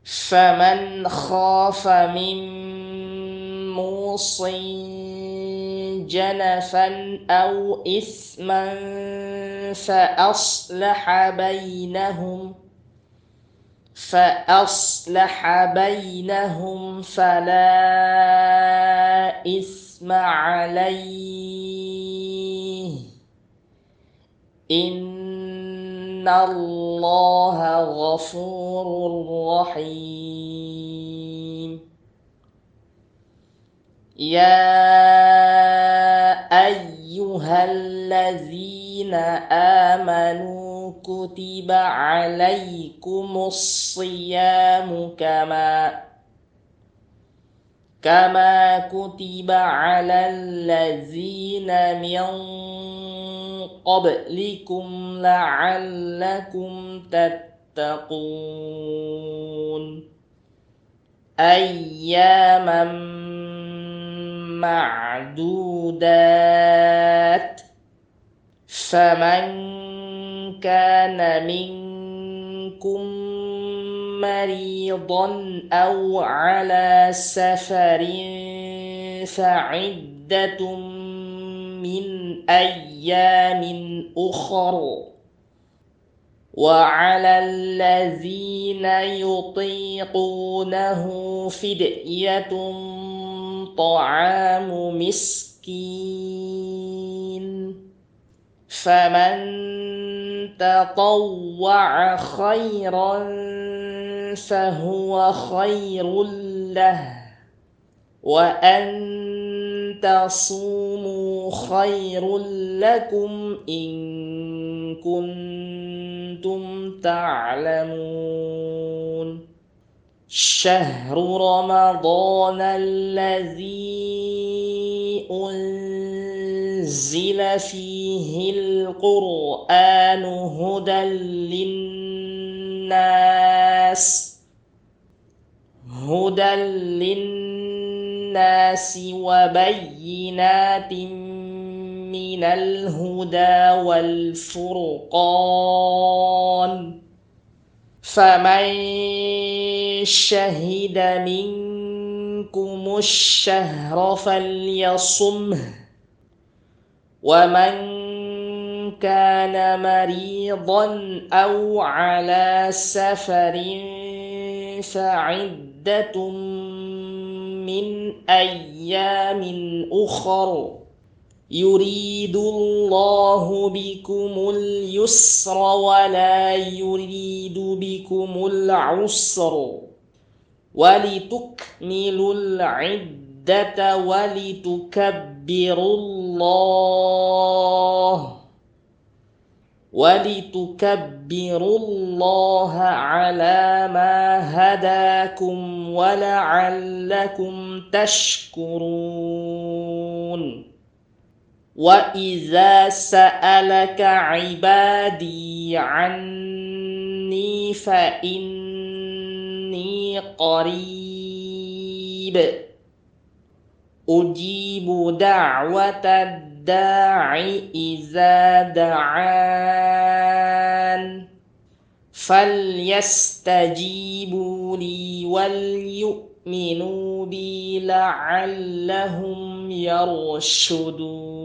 فمن خاف من موص جنفا أو إثما فأصلح بينهم فلا إثم عليه، إن الله غفور رحيم. يا أيها الذين آمنوا كتب عليكم الصيام كما كتب على الذين من قبلكم لعلكم تتقون. أياما معدودات، فمن كان منكم مريضا أو على سفر فعدة من أيام أخر، وعلى الذين يطيقونه فدية طعام مسكين، فمن تطوع خيرا فهو خير له، وأن تصوموا خير لكم إن كنتم تعلمون. شهر رمضان الذي أنزل فيه القرآن هدى للناس وبينات من الهدى والفرقان، فمن شهد منكم الشهر فليصمه، ومن كان مريضا أو على سفر فعدة من أيام أخر، يريد الله بكم اليسر ولا يريد بكم العسر، ولتكملوا العدة ولتكبروا الله على ما هداكم ولعلكم تشكرون. وإذا سألك عبادي عني فإني قريب أجيب دعوة الداع إذا دعان، فليستجيبوا لي وليؤمنوا بي لعلهم يرشدون.